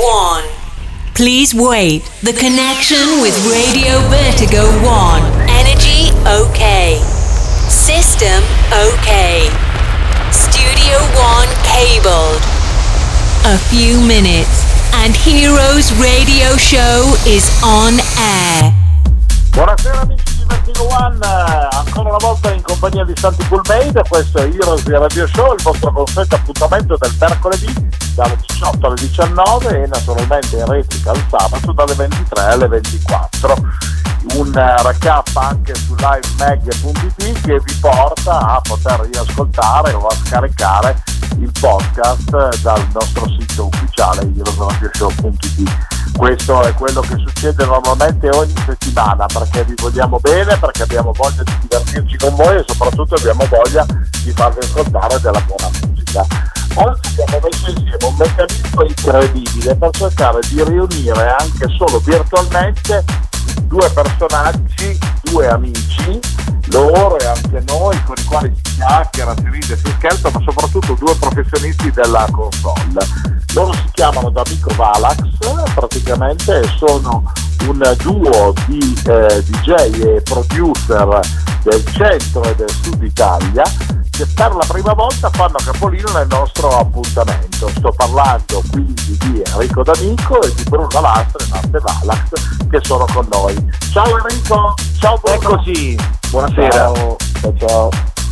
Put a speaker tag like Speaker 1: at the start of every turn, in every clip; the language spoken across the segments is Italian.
Speaker 1: 1. Please wait. The connection with Radio Vertigo 1. Energy okay. System okay. Studio 1 cabled. A few minutes and Heroes Radio Show is on air.
Speaker 2: Buonasera amici di Vertigo One, ancora una volta in compagnia di Santi Coolmade. Questo è Heroes Radio Show, il vostro consueto appuntamento del mercoledì dalle 18 alle 19 e naturalmente in replica il sabato dalle 23 alle 24. Un recap anche su livemag.it che vi porta a poter riascoltare o a scaricare il podcast dal nostro sito ufficiale heroesradioshow.it. Questo è quello che succede normalmente ogni settimana, perché vi vogliamo bene, perché abbiamo voglia di divertirci con voi e soprattutto abbiamo voglia di farvi ascoltare della buona musica. Oggi abbiamo messo insieme un meccanismo incredibile per cercare di riunire anche solo virtualmente due personaggi, due amici, loro e anche noi, con i quali si chiacchiera, si ride, si scherza, ma soprattutto due professionisti della console. Loro si chiamano D'Amico Valax praticamente e sono un duo di DJ e producer del centro e del sud Italia che per la prima volta fanno capolino nel nostro appuntamento. Sto parlando quindi di Enrico D'Amico e di Bruno Lastre e Nante Valax che sono con noi. Ciao Enrico, ciao Bruno.
Speaker 3: Eccoci, buonasera.
Speaker 2: Ciao.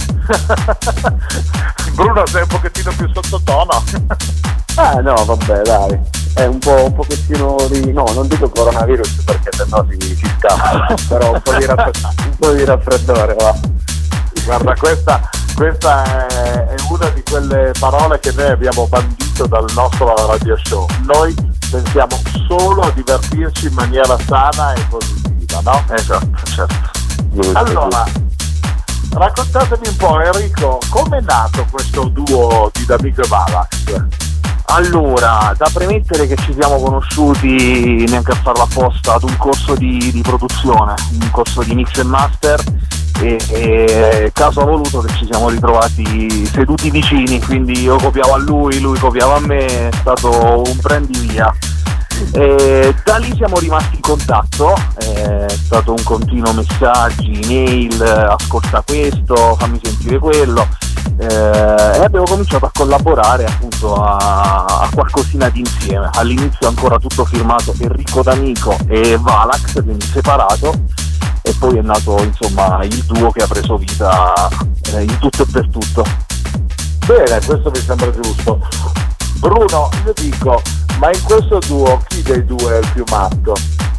Speaker 2: Bruno, sei un pochettino più sottotono.
Speaker 3: No, vabbè, dai. È un pochettino di... no, non dico coronavirus perché sennò si scappa, però un po' di raffreddore, va.
Speaker 2: Guarda, questa è una di quelle parole che noi abbiamo bandito dal nostro radio show. Noi pensiamo solo a divertirci in maniera sana e positiva, no?
Speaker 3: Esatto, certo.
Speaker 2: Allora, raccontatemi un po', Enrico, com'è nato questo duo di D'Amico e Valax?
Speaker 3: Allora, da premettere che ci siamo conosciuti neanche a farla apposta ad un corso di produzione, un corso di mix e master e caso ha voluto che ci siamo ritrovati seduti vicini, quindi io copiavo a lui copiava a me, è stato un prendi via. E da lì siamo rimasti in contatto, è stato un continuo messaggi, email, ascolta questo, fammi sentire quello, e abbiamo cominciato a collaborare appunto a qualcosina di insieme. All'inizio ancora tutto firmato Enrico D'Amico e Valax, quindi separato, e poi è nato insomma il duo che ha preso vita in tutto e per tutto.
Speaker 2: Bene, questo mi sembra giusto. Bruno, io dico, ma in questo duo chi dei due è il più matto?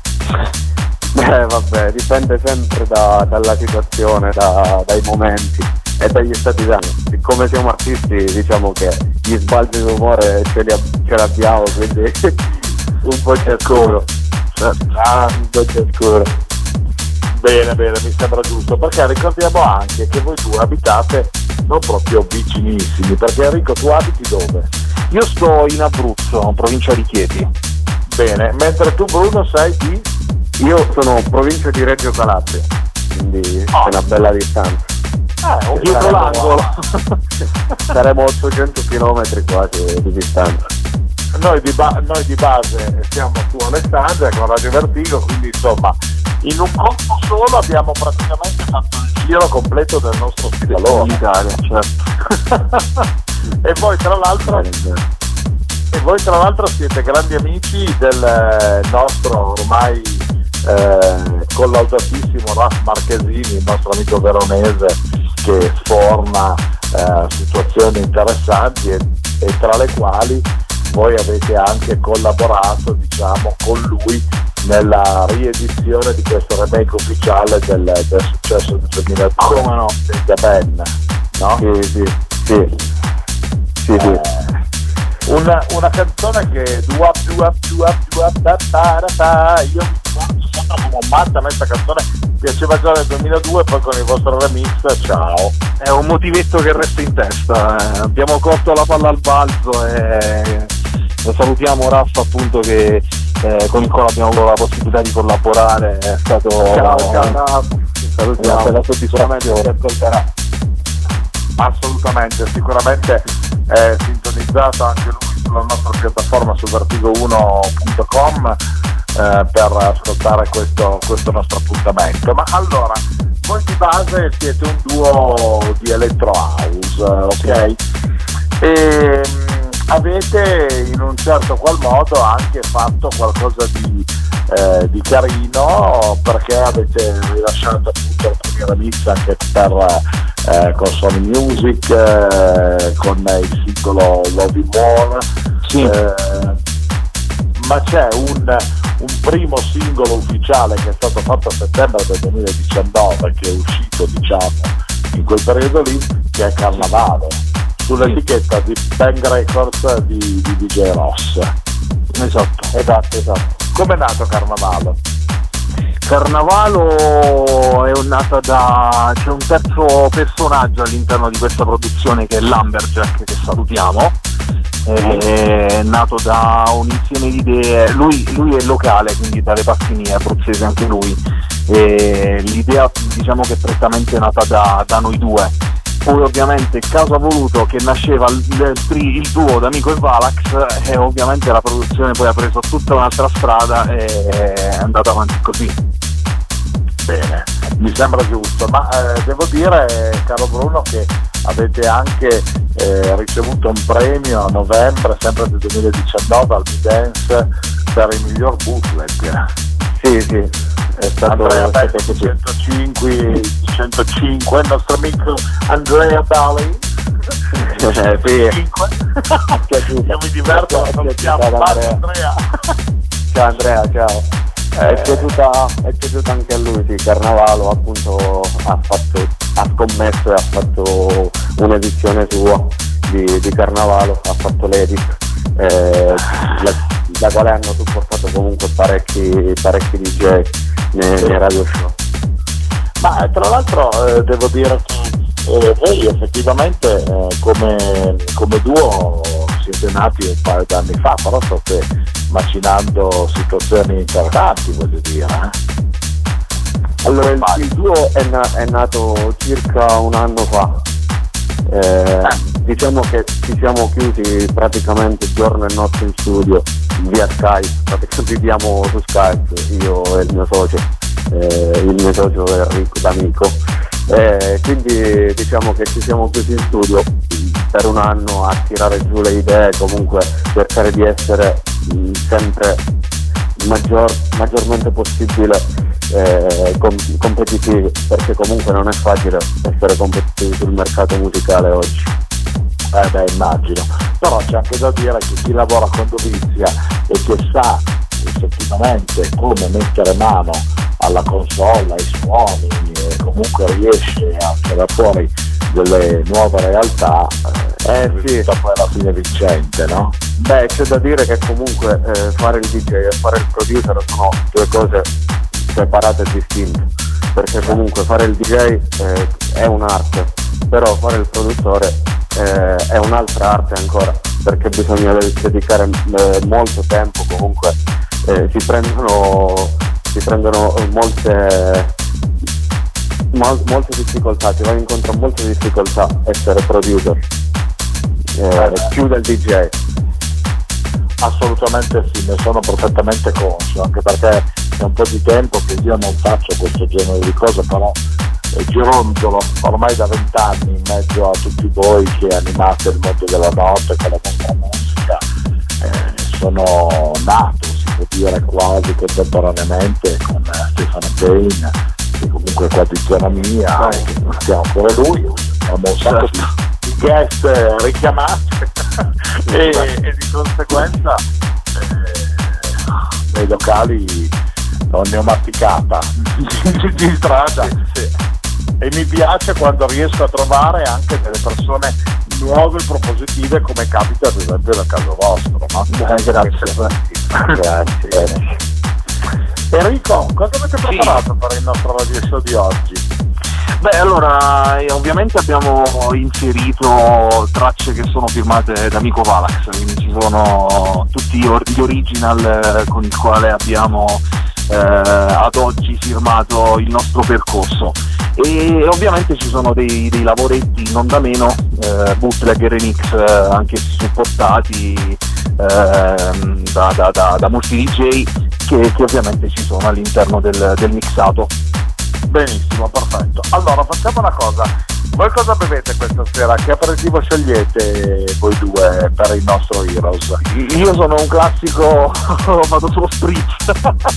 Speaker 3: Vabbè, dipende sempre dalla situazione, dai momenti e dagli stati d'animo. Siccome siamo artisti, diciamo che gli sbalzi d'umore ce l'abbiamo, quindi un po' ciascuno. Un po' ciascuno.
Speaker 2: Bene, mi sembra giusto, perché ricordiamo anche che voi due abitate non proprio vicinissimi, perché Enrico, tu abiti dove?
Speaker 3: Io sto in Abruzzo, provincia di Chieti.
Speaker 2: Bene, mentre tu Bruno sei di?
Speaker 3: Io sono provincia di Reggio Calabria, quindi è una bella distanza.
Speaker 2: Dietro l'angolo.
Speaker 3: Saremo 800 km quasi di distanza.
Speaker 2: Noi di base siamo su Alessandria con Radio Vertigo, quindi insomma in un colpo solo abbiamo praticamente fatto il giro completo del nostro studio
Speaker 3: in Italia, certo.
Speaker 2: E voi tra l'altro siete grandi amici del nostro ormai collaudatissimo Raf Marchesini, il nostro amico veronese, che forma situazioni interessanti e tra le quali voi avete anche collaborato, diciamo, con lui nella riedizione di questo remake ufficiale del successo del 2002.
Speaker 3: Come no?
Speaker 2: The Ben, no?
Speaker 3: Sì.
Speaker 2: Una canzone che io mi ricordo sempre come matta, questa canzone piaceva già nel 2002, poi con il vostro remix, ciao.
Speaker 3: È un motivetto che resta in testa, abbiamo colto la palla al balzo e salutiamo Raffa appunto che con il quale abbiamo avuto la possibilità di collaborare, è stato
Speaker 2: salutiamo,
Speaker 3: una bella soddisfazione.
Speaker 2: Assolutamente, sicuramente è sintonizzato anche lui sulla nostra piattaforma su vertigo1.com per ascoltare questo nostro appuntamento. Ma allora, voi di base siete un duo di electro house, ok? E avete in un certo qual modo anche fatto qualcosa di carino, perché avete rilasciato appunto il primo remix anche con Sony Music, con il singolo Love You More.
Speaker 3: Sì.
Speaker 2: Ma c'è un primo singolo ufficiale che è stato fatto a settembre del 2019, che è uscito diciamo in quel periodo lì, che è Carnavalo, sull'etichetta di Bang Records di DJ Ross. Esatto. Come è nato Carnavalo?
Speaker 3: Carnavalo è nata c'è un terzo personaggio all'interno di questa produzione che è Lumberjack, che salutiamo. È nato da un insieme di idee. Lui è locale, quindi dalle parti mie, abruzzese anche lui, e l'idea diciamo che è prettamente nata da noi due. Poi ovviamente il caso ha voluto che nasceva il duo d'Amico e Valax, e ovviamente la produzione poi ha preso tutta un'altra strada e è andata avanti così.
Speaker 2: Bene, mi sembra giusto, ma devo dire, caro Bruno, che avete anche ricevuto un premio a novembre, sempre del 2019, al B-Dance per il miglior bootleg.
Speaker 3: Sì, è stato
Speaker 2: Andrea Belli 105, il nostro amico Andrea Belli.
Speaker 3: Sì.
Speaker 2: Io mi diverto, Andrea.
Speaker 3: Ciao Andrea, ciao. È piaciuta anche a lui, sì. Carnavalo appunto ha scommesso e ha fatto un'edizione sua di Carnavalo, ha fatto l'edit, da quale hanno supportato comunque parecchi DJ nei radio show.
Speaker 2: Ma tra l'altro devo dire che voi effettivamente come duo siete nati un paio d'anni fa, però state macinando situazioni interessanti, voglio dire.
Speaker 3: Allora il duo è nato circa un anno fa. Diciamo che ci siamo chiusi praticamente giorno e notte in studio via Skype, viviamo su Skype, io e il mio socio Enrico D'Amico, quindi diciamo che ci siamo chiusi in studio per un anno a tirare giù le idee, comunque cercare di essere sempre maggiormente possibile competitivi, perché comunque non è facile essere competitivi sul mercato musicale oggi.
Speaker 2: Immagino, però c'è anche da dire che chi lavora con dovizia e che sa effettivamente come mettere mano alla console, ai suoni, e comunque riesce a tirare fuori delle nuove realtà,
Speaker 3: sì,
Speaker 2: poi alla fine vincente, no?
Speaker 3: Beh, c'è da dire che comunque fare il DJ e fare il producer sono due cose separate e distinte, perché comunque fare il DJ è un'arte, però fare il produttore è un'altra arte ancora, perché bisogna dedicare molto tempo, comunque si prendono molte difficoltà, si va incontro a molte difficoltà essere producer, più del DJ.
Speaker 2: Assolutamente sì, ne sono perfettamente conscio, anche perché è un po' di tempo che io non faccio questo genere di cose, però girondolo ormai da 20 anni in mezzo a tutti voi che animate il mondo della notte con la vostra musica. Sono nato, si può dire, quasi contemporaneamente con Stefano Payne, che comunque è qua di zona mia, e che siamo ancora lui, abbiamo un sacco di guest richiamati e di conseguenza nei locali non ne ho masticata di strada. Sì. E mi piace quando riesco a trovare anche delle persone nuove e propositive, come capita ad esempio nel caso vostro, no? Grazie. Enrico, cosa avete preparato per il nostro radio show di oggi?
Speaker 3: Beh, allora, ovviamente abbiamo inserito tracce che sono firmate da Amico Valax, quindi ci sono tutti gli original con il quale abbiamo ad oggi firmato il nostro percorso, e ovviamente ci sono dei lavoretti non da meno, bootleg e remix anche supportati da molti DJ che ovviamente ci sono all'interno del mixato.
Speaker 2: Benissimo, perfetto. Allora facciamo una cosa, voi cosa bevete questa sera? Che aperitivo scegliete voi due per il nostro Heroes?
Speaker 3: Io sono un classico, vado sullo spritz.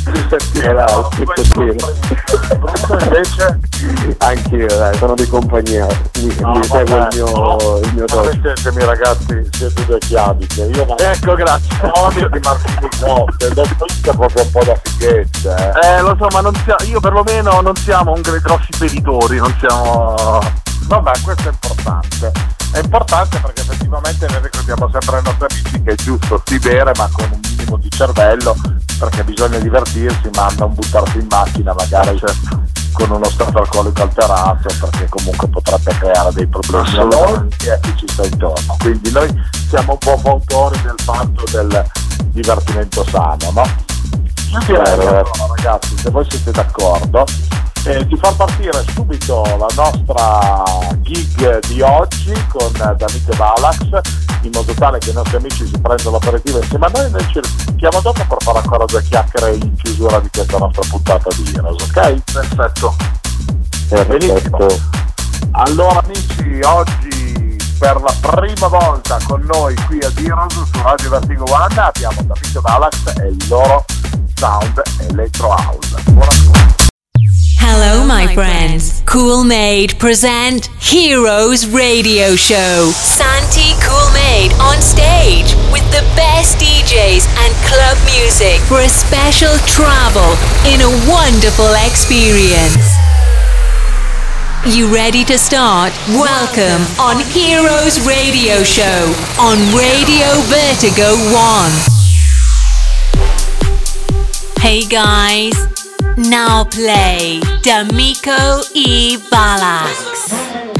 Speaker 2: Bruno invece?
Speaker 3: Anch'io, sono di compagnia, mi segue il mio top.
Speaker 2: Sentemi ragazzi, siete due chiaviche. Io
Speaker 3: ecco, grazie.
Speaker 2: Odio di Martini Cocktail, del è proprio un po' da fighetta.
Speaker 3: Lo so, ma io perlomeno non siamo grossi bevitori, non siamo...
Speaker 2: Vabbè, questo è importante. È importante perché effettivamente noi ricordiamo sempre ai nostri amici che è giusto sì bere, ma con un minimo di cervello, perché bisogna divertirsi, ma non buttarsi in macchina magari con uno stato alcolico alterato, perché comunque potrebbe creare dei problemi a noi e a chi ci sta intorno. Quindi noi siamo un po' fautori del fatto del divertimento sano, no? Io direi allora, ragazzi, se voi siete d'accordo, di far partire subito la nostra gig di oggi con Damit e Valax, in modo tale che i nostri amici si prendono l'aperitivo insieme a noi e noi ci risentiamo dopo per fare ancora due chiacchiere in chiusura di questa nostra puntata di Heroes, ok? Perfetto. Benissimo. Allora amici, oggi per la prima volta con noi qui a Heroes su Radio Vertigo One abbiamo Damit e Valax e il loro Sound Electro House. Buon ascolto.
Speaker 1: Hello, my friends. Cool Made present Heroes Radio Show. Santi Cool Made on stage with the best DJs and club music for a special travel in a wonderful experience. You ready to start? Welcome on Heroes Radio Show on Radio Vertigo One. Hey guys. Now play D'Amico e Valax.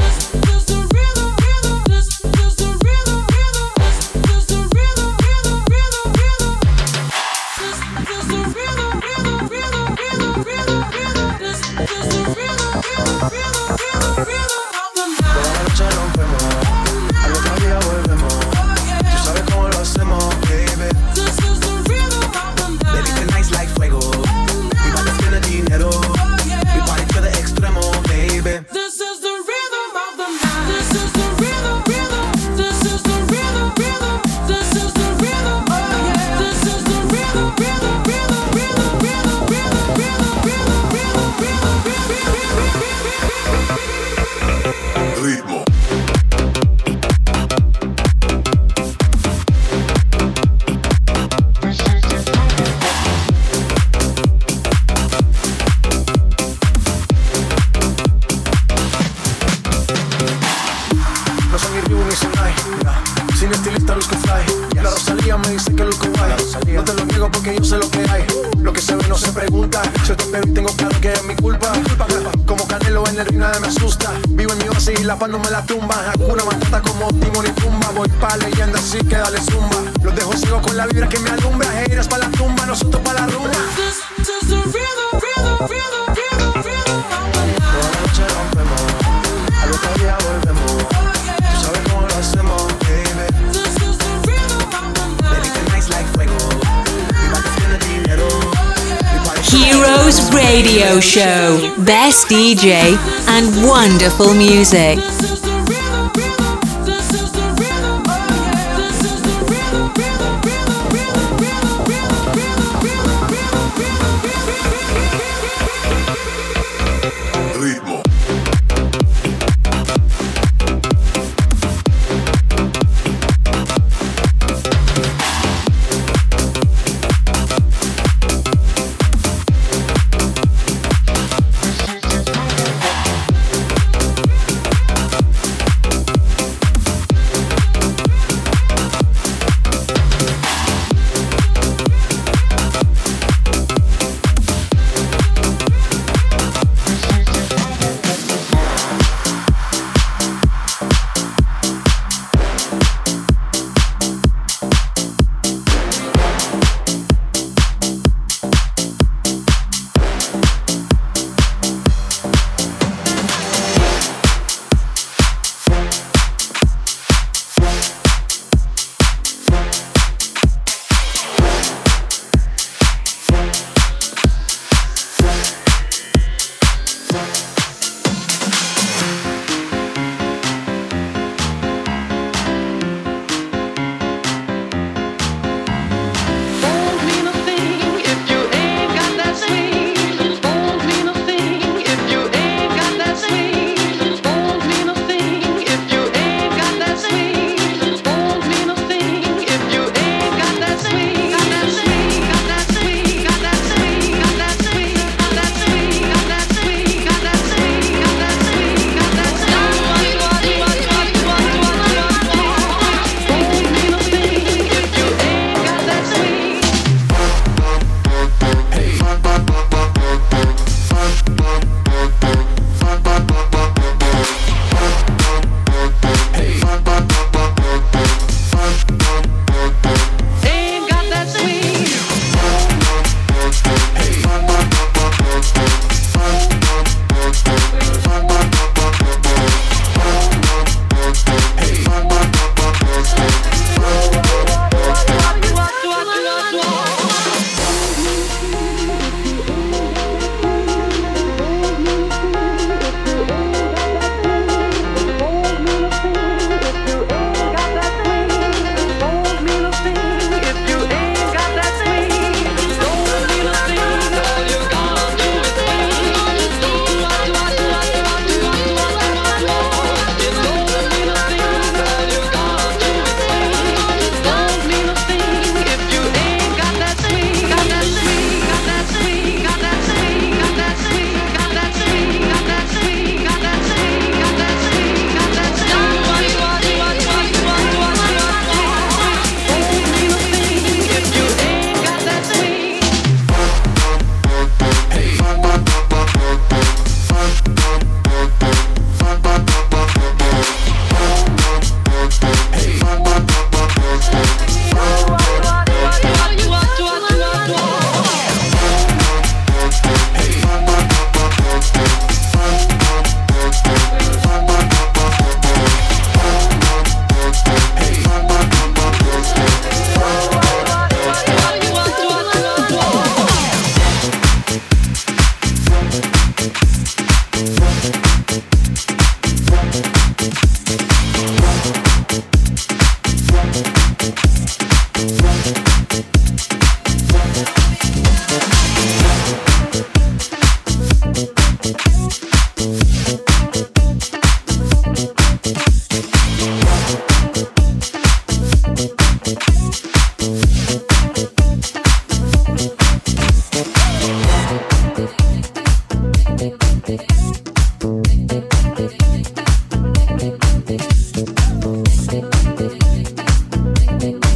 Speaker 4: No me la tumba, Hakuna Matata como Timon y Pumba. Voy pa' leyenda, así que dale zumba. Los dejo ciego con la vibra que me alumbra. Heiras pa' la tumba, nosotros pa' la rumba. Toda la noche rompemos, al otro día volvemos. Tú sabes cómo lo hacemos, baby. Baby, tonight's like fuego. Mi barco tiene dinero.
Speaker 1: Heroes Radio Show. Best DJ and wonderful music.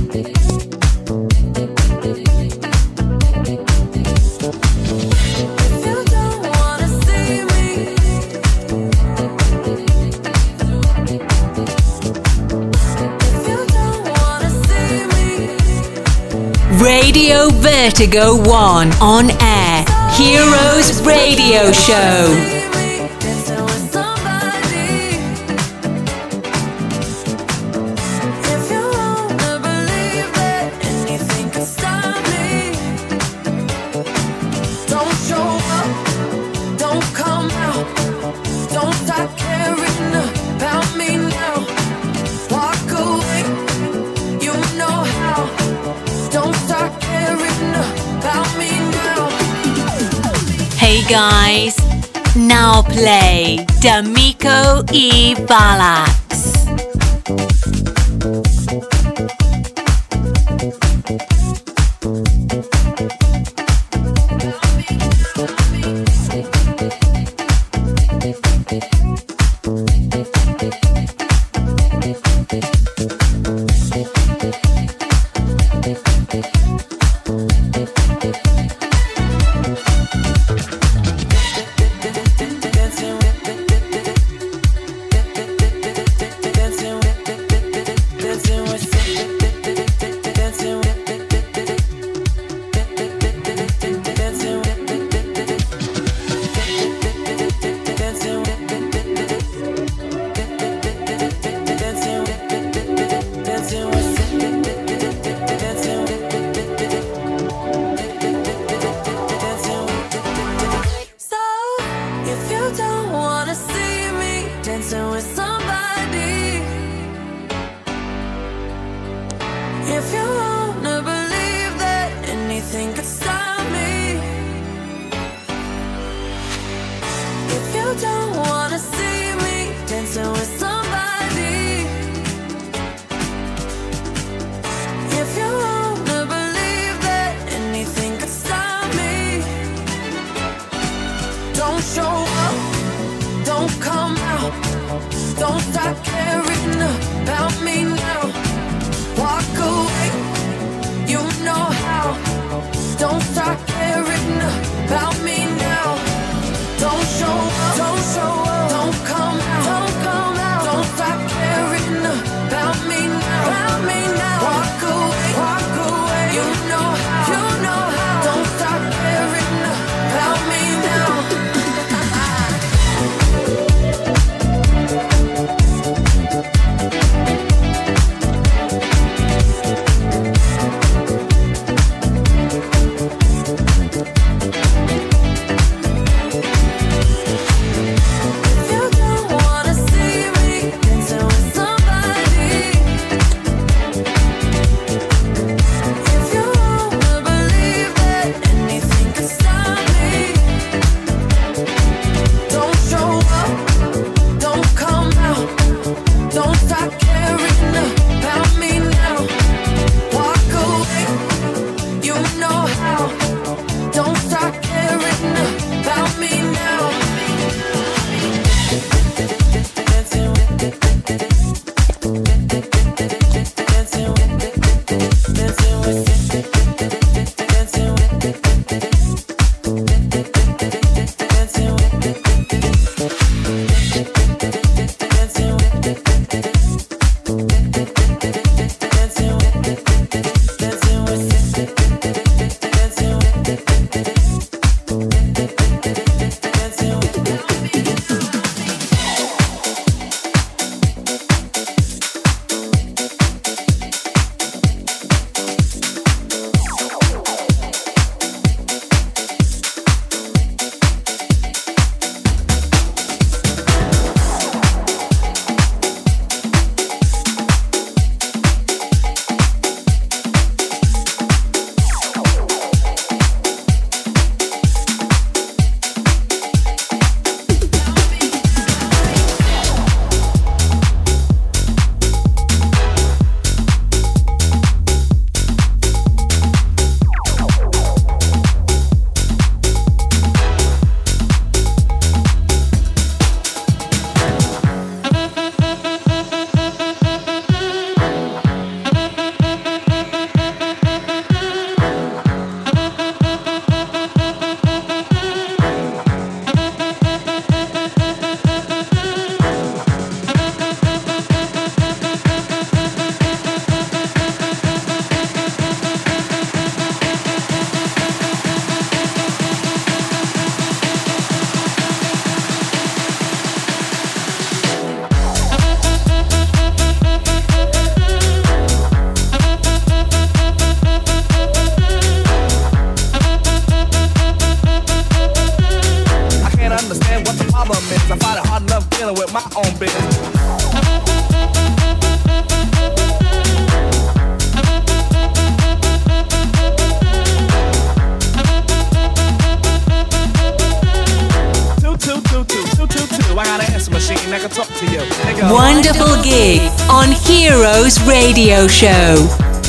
Speaker 1: Radio Vertigo 1 on air. Heroes Radio Show. Hey guys, now play D'Amico e Valax. gig on Heroes Radio Show.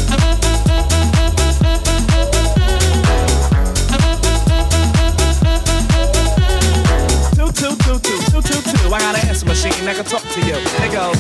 Speaker 5: I got an answer machine that can talk to you. They go.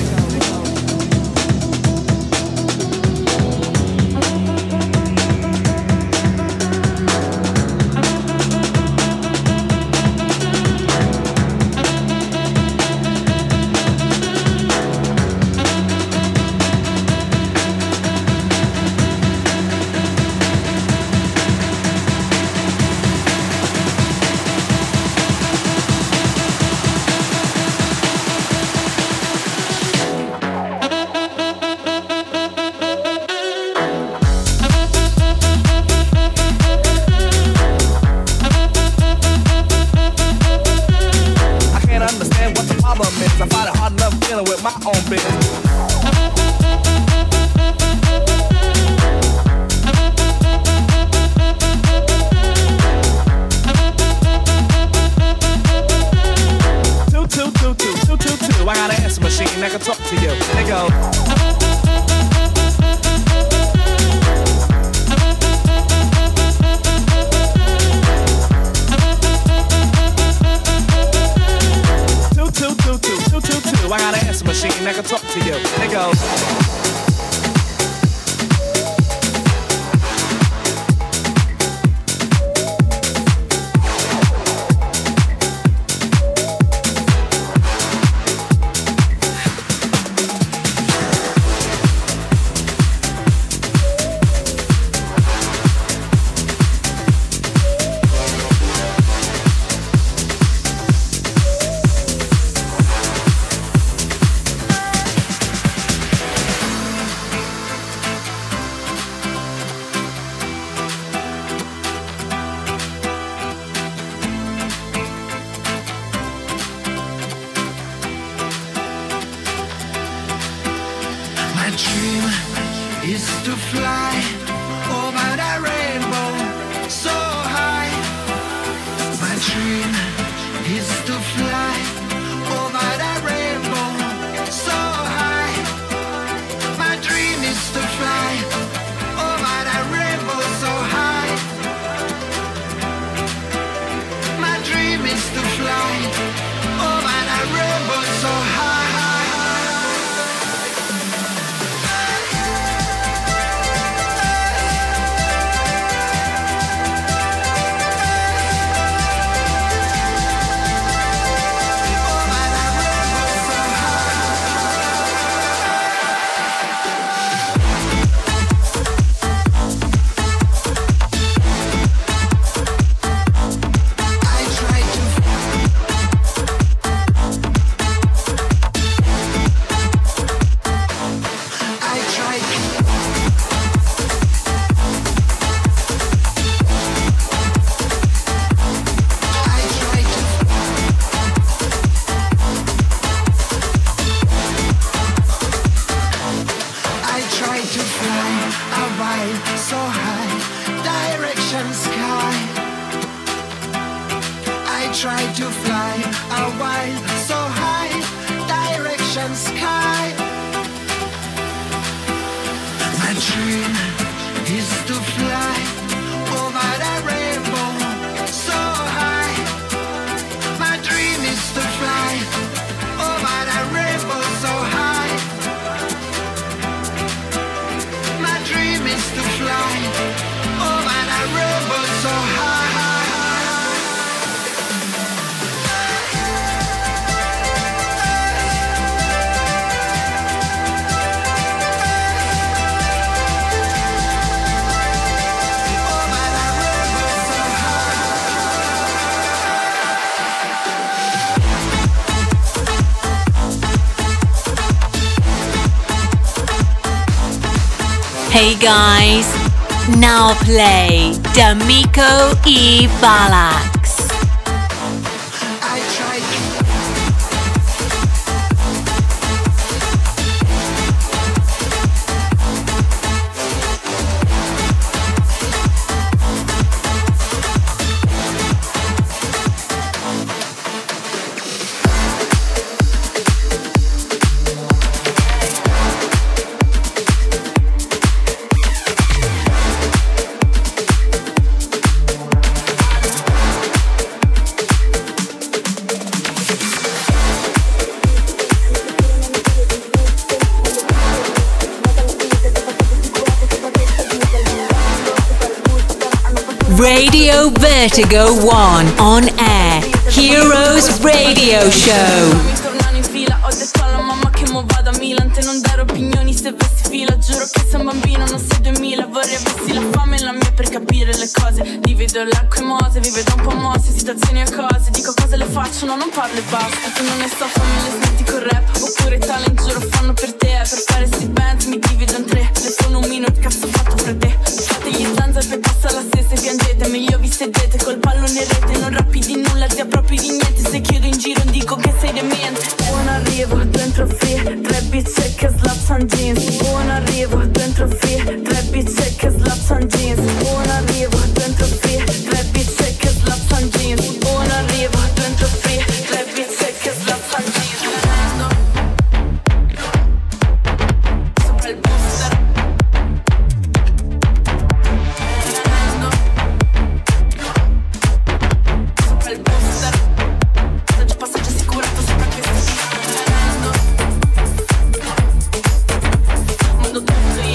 Speaker 1: Hey guys, now play D'Amico e Balax. Radio Vertigo 1 on air. Heroes Radio Show.
Speaker 6: Mi tornano in fila, ho detto alla mamma che mo vado a Milan. Te non dare opinioni se vesti fila. Giuro che sei un bambino, non sei 2000. Vorrei avessi la fame e la mia per capire le cose. Divido l'acqua e mose, vive da un po' mosse, situazioni e cose. Dico cosa le faccio, no non parlo e basta. Tu non ne so, fammi le smetti col rap. Oppure talent, giuro fanno per te. Per fare sti band mi divido in tre. Le sono un minuto, cazzo fatto per te. Fate gli zanza e poi passa la stessa e piangete. Meglio vi sedete col pallone in rete. Non rappi di nulla, ti appropri di niente. Se chiedo in giro dico che sei demente. Buon arrivo, dentro free. 3 bitch che slaps on jeans. Buon arrivo, dentro free. 3 bitch che slaps on jeans. Buon arrivo, dentro free. 3 bitch che slaps on jeans. Buon arrivo, dentro free. 3 bitch che slaps on jeans. Sopra il booster. Sopra il booster. Viaggio passaggio assicurato sopra questa mando tutto io.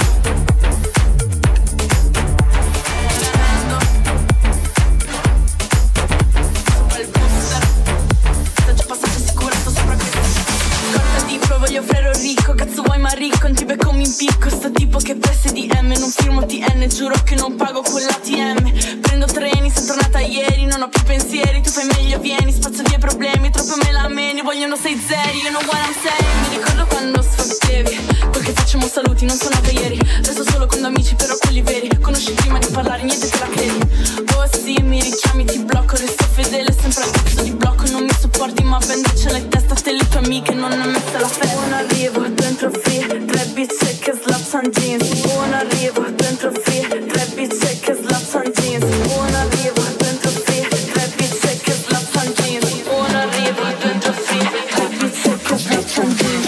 Speaker 6: Sopra il booster. Viaggio passaggio assicurato sopra questa. Corta di pro, voglio frero ricco. Cazzo vuoi ma ricco, non ti becco mi impicco. Sto tipo che presse di M, non firmo TN. Giuro che non pago con l'ATM. Prendo treni, sono tornata ieri. Non ho più pensieri, tu fai meglio vieni. Spazzo via problemi, troppo me la meni. Vogliono 6 zeri, io non what I'm saying. Mi ricordo quando sfottevi. Quel che facciamo saluti, non sono nata ieri. Resto solo con amici, però quelli veri. Conosci prima di parlare, niente te la credi. Oh sì, mi richiami, ti blocco. Resto fedele, sempre al cazzo di blocco. Non mi sopporti, ma vendicela in testa. Te le tue amiche, non è messa la festa. Buon arrivo, dentro free. 3 bitch che slaps on jeans. Buon arrivo, dentro free. 3 bitch che slaps on jeans. Buon arrivo, dentro free. 3 bitch che slaps on jeans. Buon arrivo, dentro free. 3 bitch che slaps on jeans.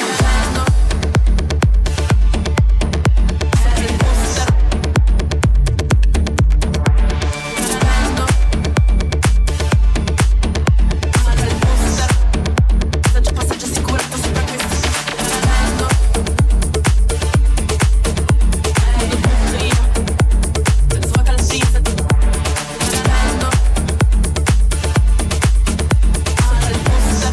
Speaker 6: Sopra il booster. Sopra il booster. Viaggio passaggio assicurato sopra questa. Mando tutto io. Svuota il freezer. Sopra il booster.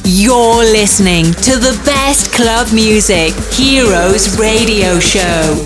Speaker 1: You're listening to the best club music, Heroes Radio Show.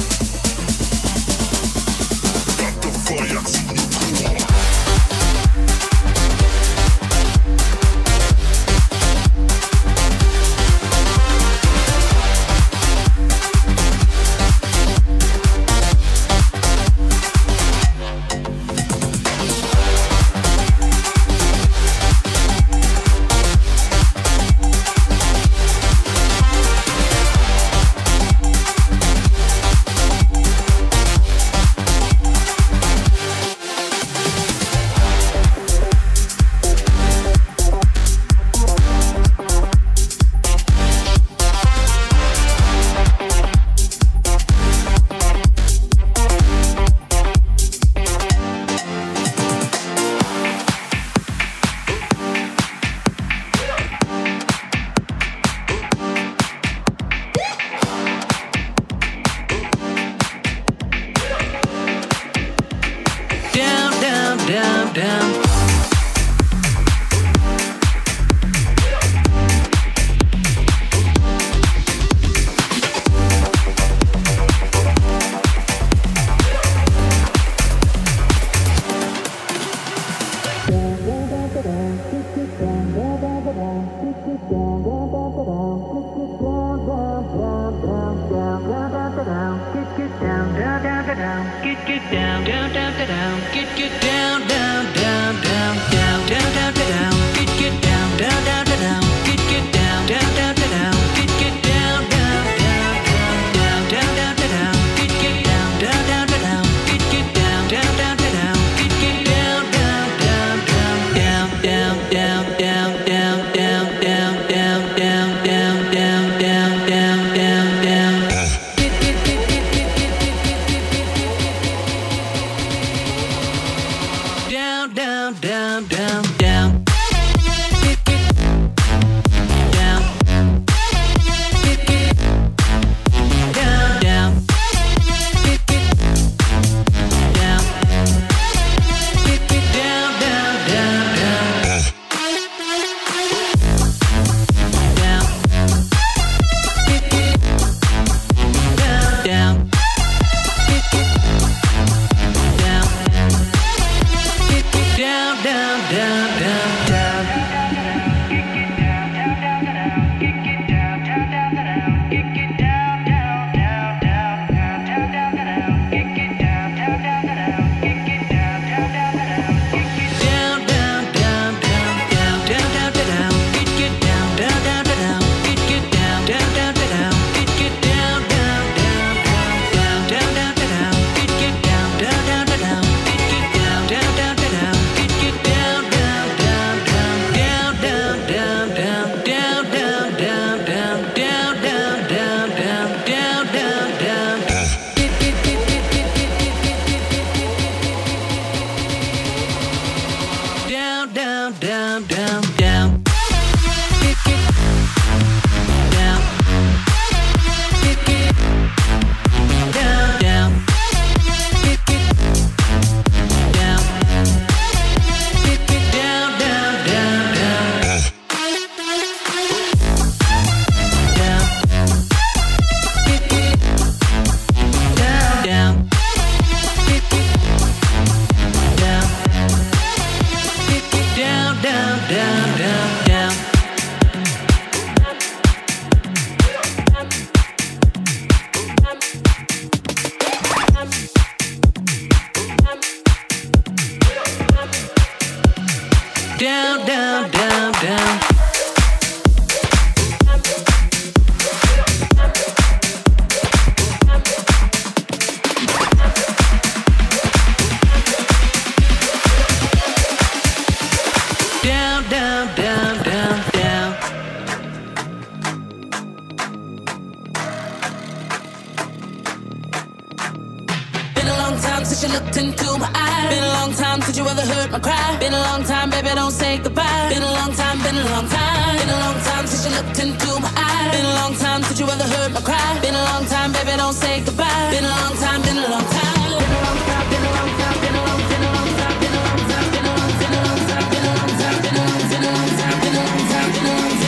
Speaker 6: Since you looked into my eyes. Been a long time since you ever heard my cry. Been a long time, baby, don't say goodbye. Been a long time, been a long time. Been a long time since you looked into my eyes. Been a long time since you ever heard my cry. Been a long time, baby, don't say goodbye. Been a long time, been a long time. Been a long time, been a long time, been a long time, been a long time, been a long time, been a long time, been a long time, been a long time, been a long time, been a long time, been a long time, been a long time.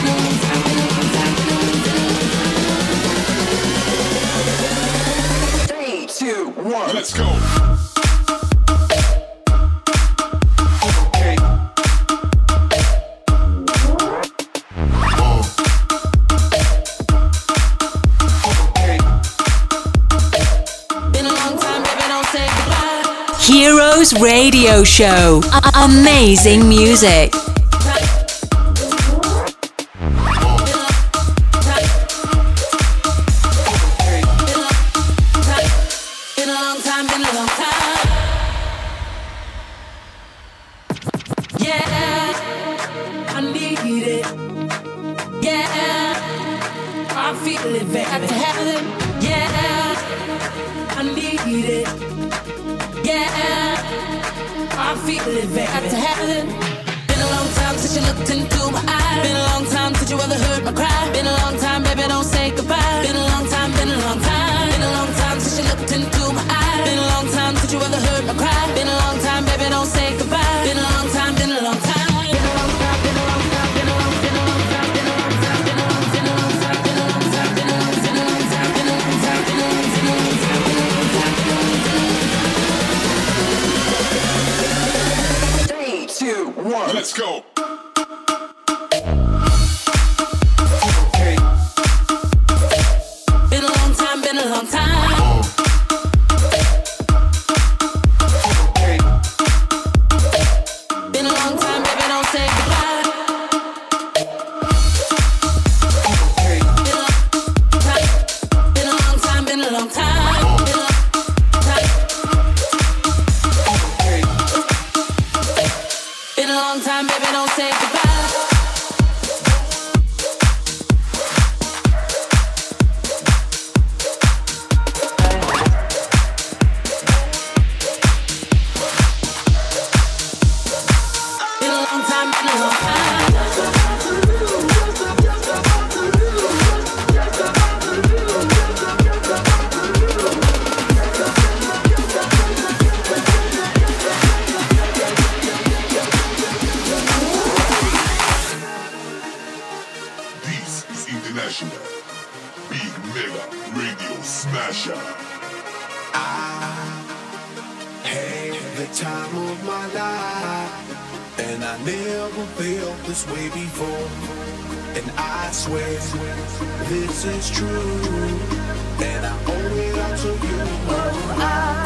Speaker 7: Let's go.
Speaker 1: Heroes Radio Show. Amazing music.
Speaker 7: Let's go.
Speaker 6: Been a long time, been a long time. Been a long time, baby, don't say goodbye. Been a long time, been a long time. Been a long time, baby, don't say goodbye.
Speaker 4: This is true, and I owe it all to you.
Speaker 6: Oh,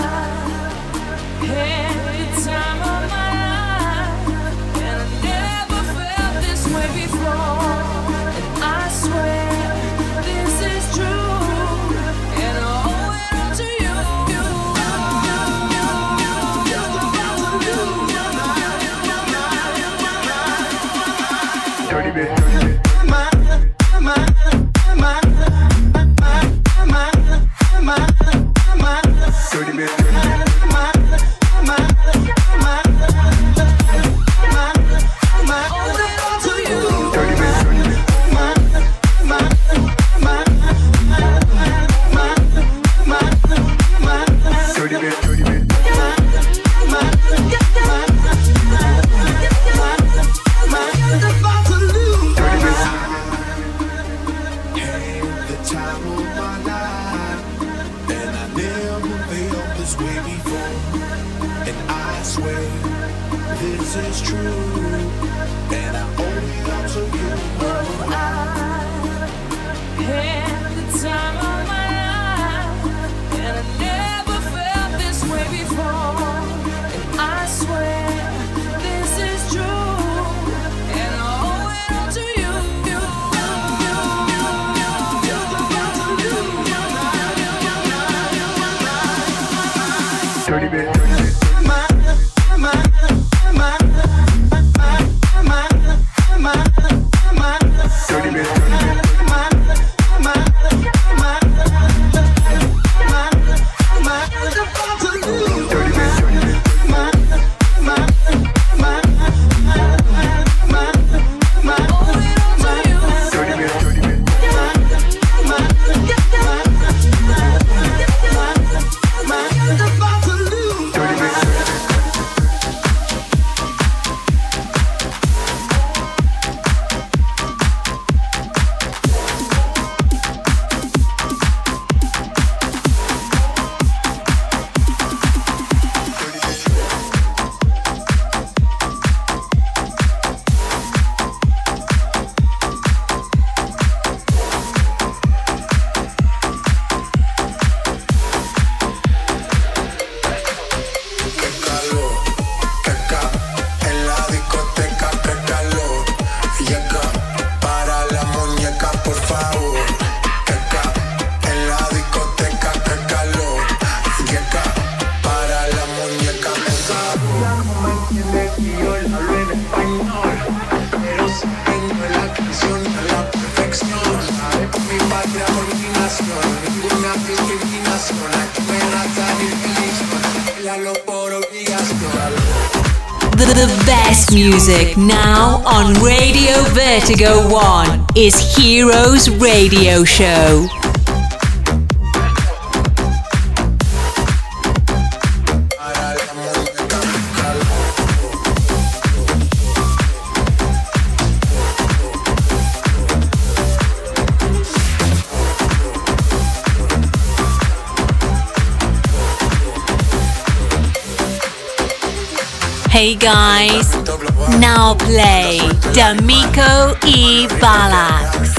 Speaker 6: I had the time of my life, and I never felt this way before. And I swear this is true, and I owe it all to you.
Speaker 4: Dirty bit. voz, tengo la canción a la perfección. Con mi patria por mi nación, ninguna discriminación. Aquí me rata ni feliz, bailalo por obligación.
Speaker 1: The best music now on Radio Vertigo 1 is Heroes Radio Show. Hey guys, now play D'Amico e Balax.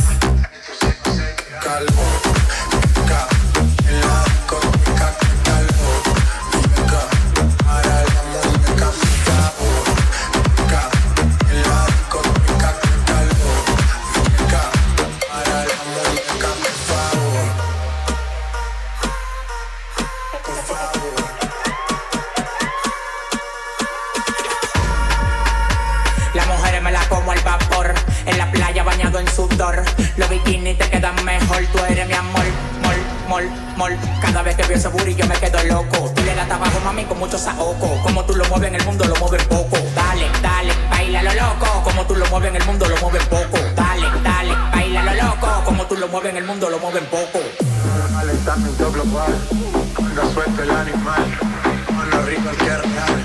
Speaker 8: Los bikinis te quedan mejor, tú eres mi amor, mol. Cada vez que veo ese booty yo me quedo loco. Tú le das trabajo, mami, con mucho saoco. Como tú lo mueves en el mundo, lo mueves poco. Dale, baila lo loco. Como tú lo mueves en el mundo, lo mueves poco. Dale, baila lo loco. Como tú lo mueves en el mundo, lo mueves poco.
Speaker 4: Calentamiento global, cuando suelta el animal, mano arriba que real.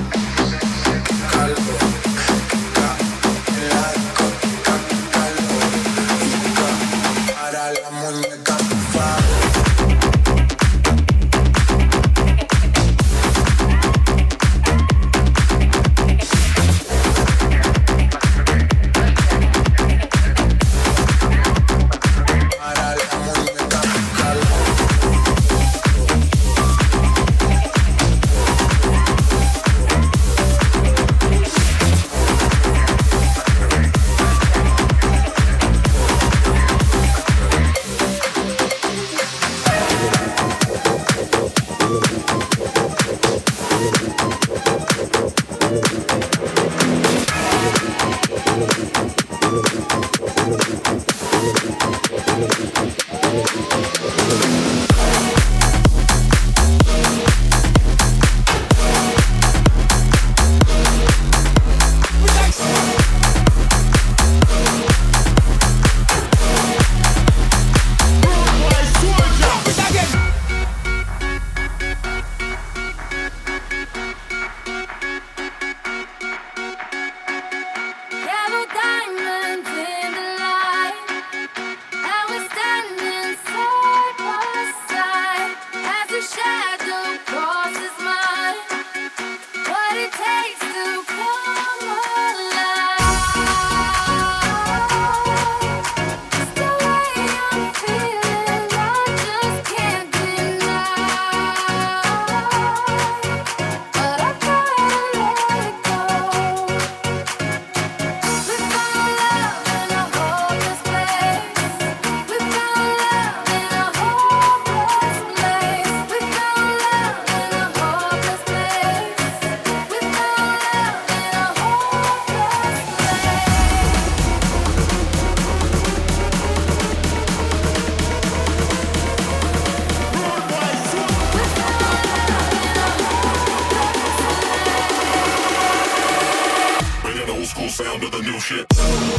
Speaker 7: Sound of the new shit.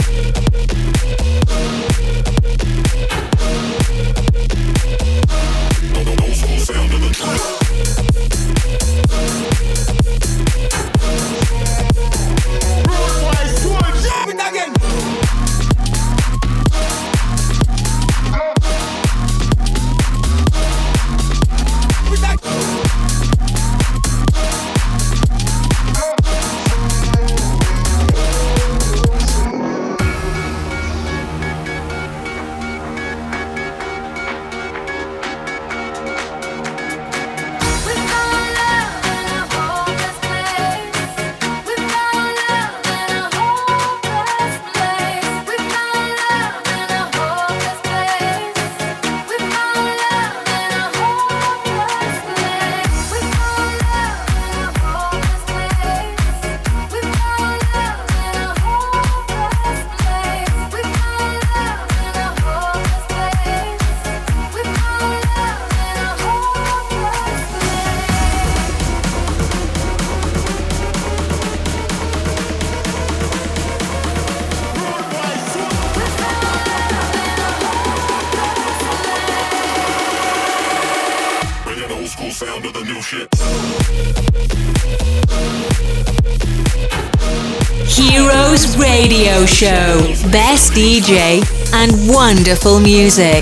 Speaker 7: Old school sound of the shit.
Speaker 1: Heroes Radio Show. Best DJ and wonderful music.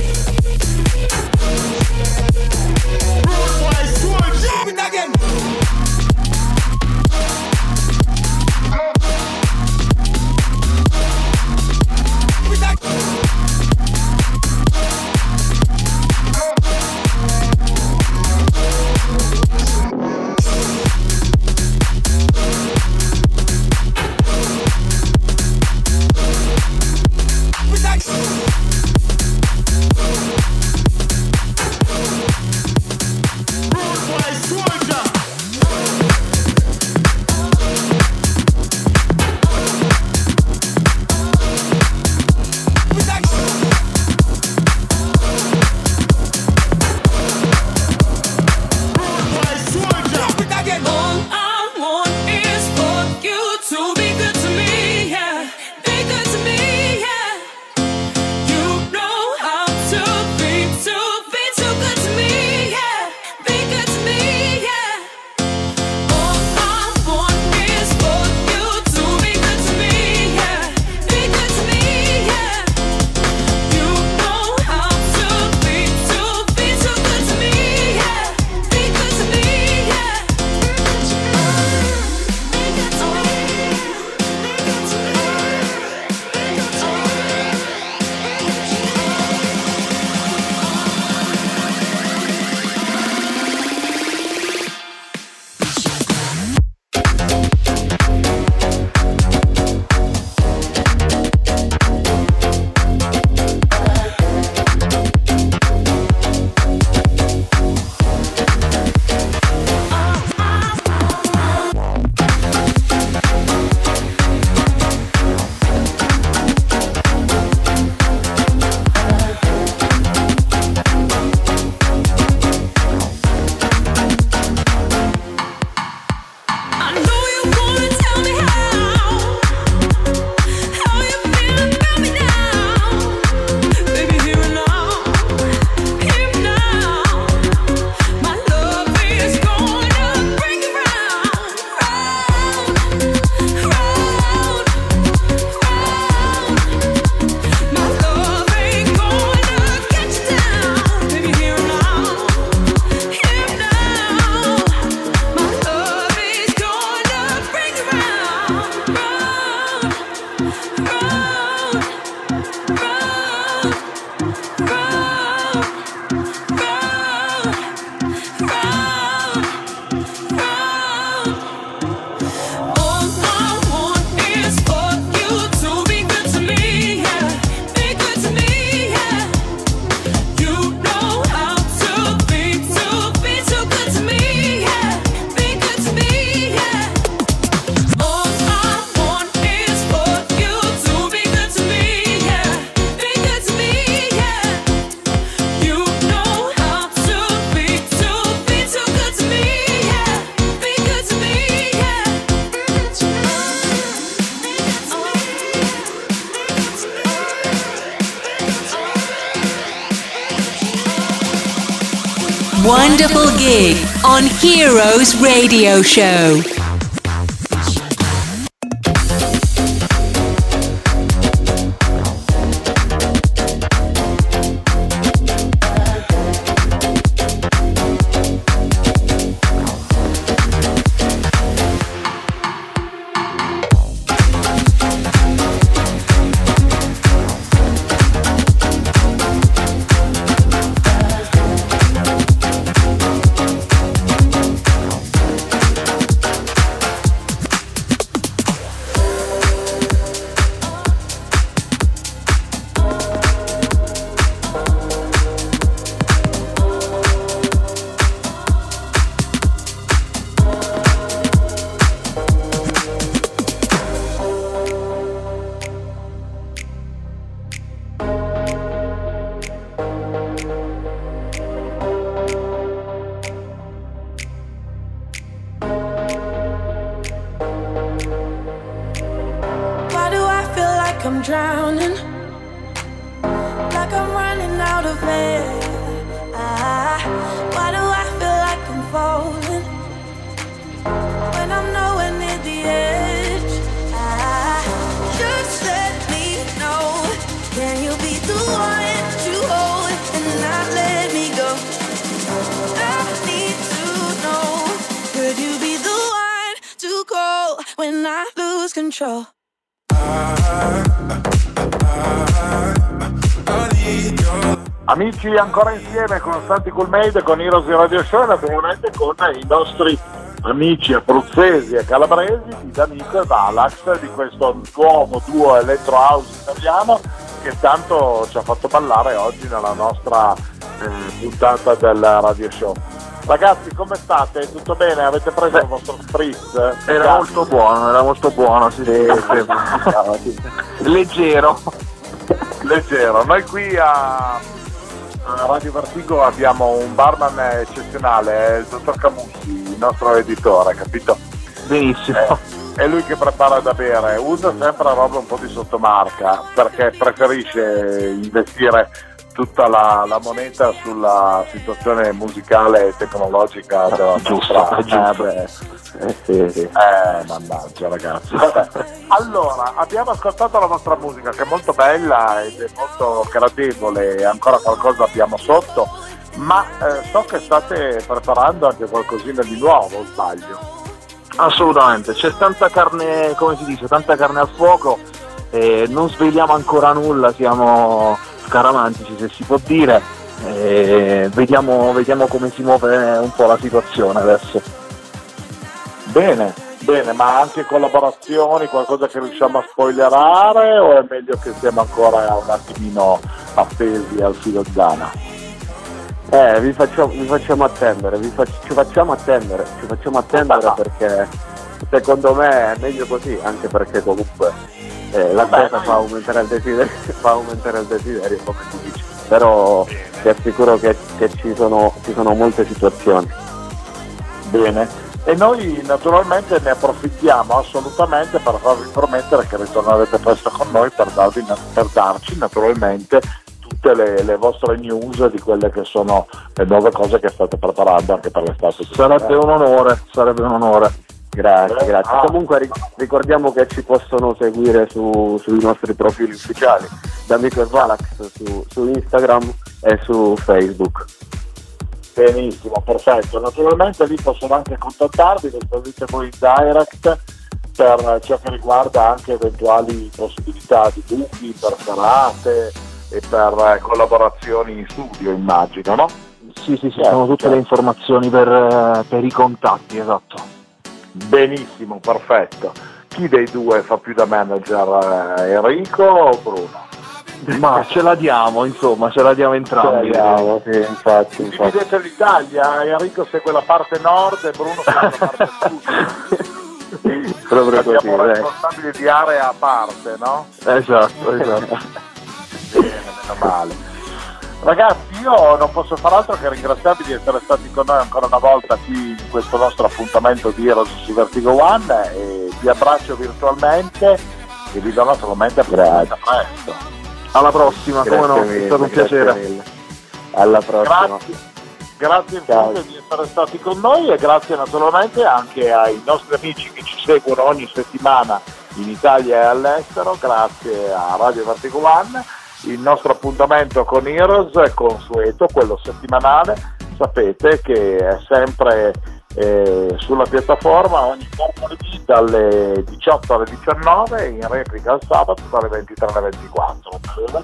Speaker 1: Wonderful gig on Heroes Radio Show.
Speaker 9: I'm drowning, like I'm running out of air. Why do I feel like I'm falling? lose control.
Speaker 2: Amici, ancora insieme con Santi Cool Made, con Heroes Radio Show e naturalmente con i nostri amici abruzzesi e calabresi di D'Amico e Valax, di questo nuovo duo electro house italiano che tanto ci ha fatto ballare oggi nella nostra puntata del radio show. Ragazzi, come state? Tutto bene? Avete preso il vostro spritz?
Speaker 3: Era molto buono, sì. Leggero.
Speaker 2: Noi qui a Radio Vertigo abbiamo un barman eccezionale, il dottor Camussi, il nostro editore, capito?
Speaker 3: Benissimo.
Speaker 2: È lui che prepara da bere, usa sempre roba un po' di sottomarca perché preferisce investire tutta la moneta sulla situazione musicale e tecnologica della nostra.
Speaker 3: Sì.
Speaker 2: Mannaggia ragazzi. Vabbè. Allora, abbiamo ascoltato la vostra musica che è molto bella ed è molto gradevole, ancora qualcosa abbiamo sotto, ma so che state preparando anche qualcosina di nuovo, o sbaglio?
Speaker 3: Assolutamente, c'è tanta carne, come si dice, tanta carne al fuoco, non svegliamo ancora nulla, siamo scaramantici se si può dire, vediamo come si muove un po' la situazione adesso.
Speaker 2: Bene, ma anche collaborazioni, qualcosa che riusciamo a spoilerare o è meglio che stiamo ancora un attimino appesi al filo d'ana?
Speaker 3: Vi facciamo attendere perché secondo me è meglio così, anche perché comunque la cosa fa aumentare il desiderio, come tu dici, però ti assicuro che ci sono molte situazioni.
Speaker 2: Bene. E noi naturalmente ne approfittiamo assolutamente per farvi promettere che ritornerete presto con noi per darci naturalmente tutte le vostre news di quelle che sono le nuove cose che state preparando anche per l'estate.
Speaker 3: Sarebbe un onore. Grazie. Comunque ricordiamo che ci possono seguire sui nostri profili ufficiali, D'Amico e Valax su Instagram e su Facebook.
Speaker 2: Benissimo, perfetto. Naturalmente lì possono anche contattarvi, lo scrivete voi in direct per ciò che riguarda anche eventuali possibilità di booking per serate e per collaborazioni in studio, immagino, no?
Speaker 3: Sì, sono tutte le informazioni per i contatti, esatto.
Speaker 2: Benissimo, perfetto. Chi dei due fa più da manager, Enrico o Bruno?
Speaker 3: Ma ce la diamo entrambi.
Speaker 2: Sì, infatti. Dividete l'Italia, Enrico segue la parte nord e Bruno segue la parte sud.
Speaker 3: Proprio
Speaker 2: Abbiamo
Speaker 3: così,
Speaker 2: responsabili di area a parte, no?
Speaker 3: Esatto.
Speaker 2: Bene, meno male. Ragazzi, io non posso far altro che ringraziarvi di essere stati con noi ancora una volta qui in questo nostro appuntamento di Heroes su Vertigo One e vi abbraccio virtualmente e vi do naturalmente appuntamento presto.
Speaker 3: Alla prossima, come no, è stato un piacere. Alla prossima.
Speaker 2: Grazie infinite di essere stati con noi e grazie naturalmente anche ai nostri amici che ci seguono ogni settimana in Italia e all'estero, grazie a Radio Vertigo One. Il nostro appuntamento con Heroes è consueto, quello settimanale, sapete che è sempre sulla piattaforma ogni mercoledì dalle 18 alle 19 in replica al sabato dalle 23 alle 24.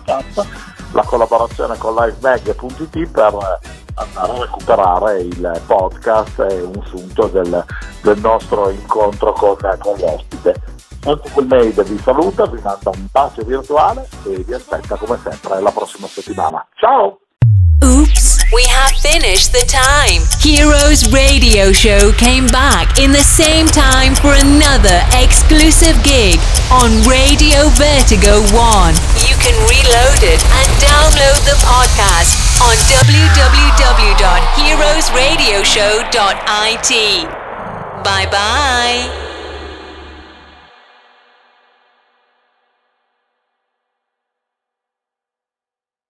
Speaker 2: La collaborazione con livemag.it per andare a recuperare il podcast e un sunto del nostro incontro con l'ospite. Santi Cool Made vi saluta, vi manda un bacio virtuale e vi aspetta come sempre la prossima settimana. Ciao!
Speaker 1: Oops, we have finished the time. Heroes Radio Show came back in the same time for another exclusive gig on Radio Vertigo One. You can reload it and download the podcast on www.heroesradioshow.it. Bye bye.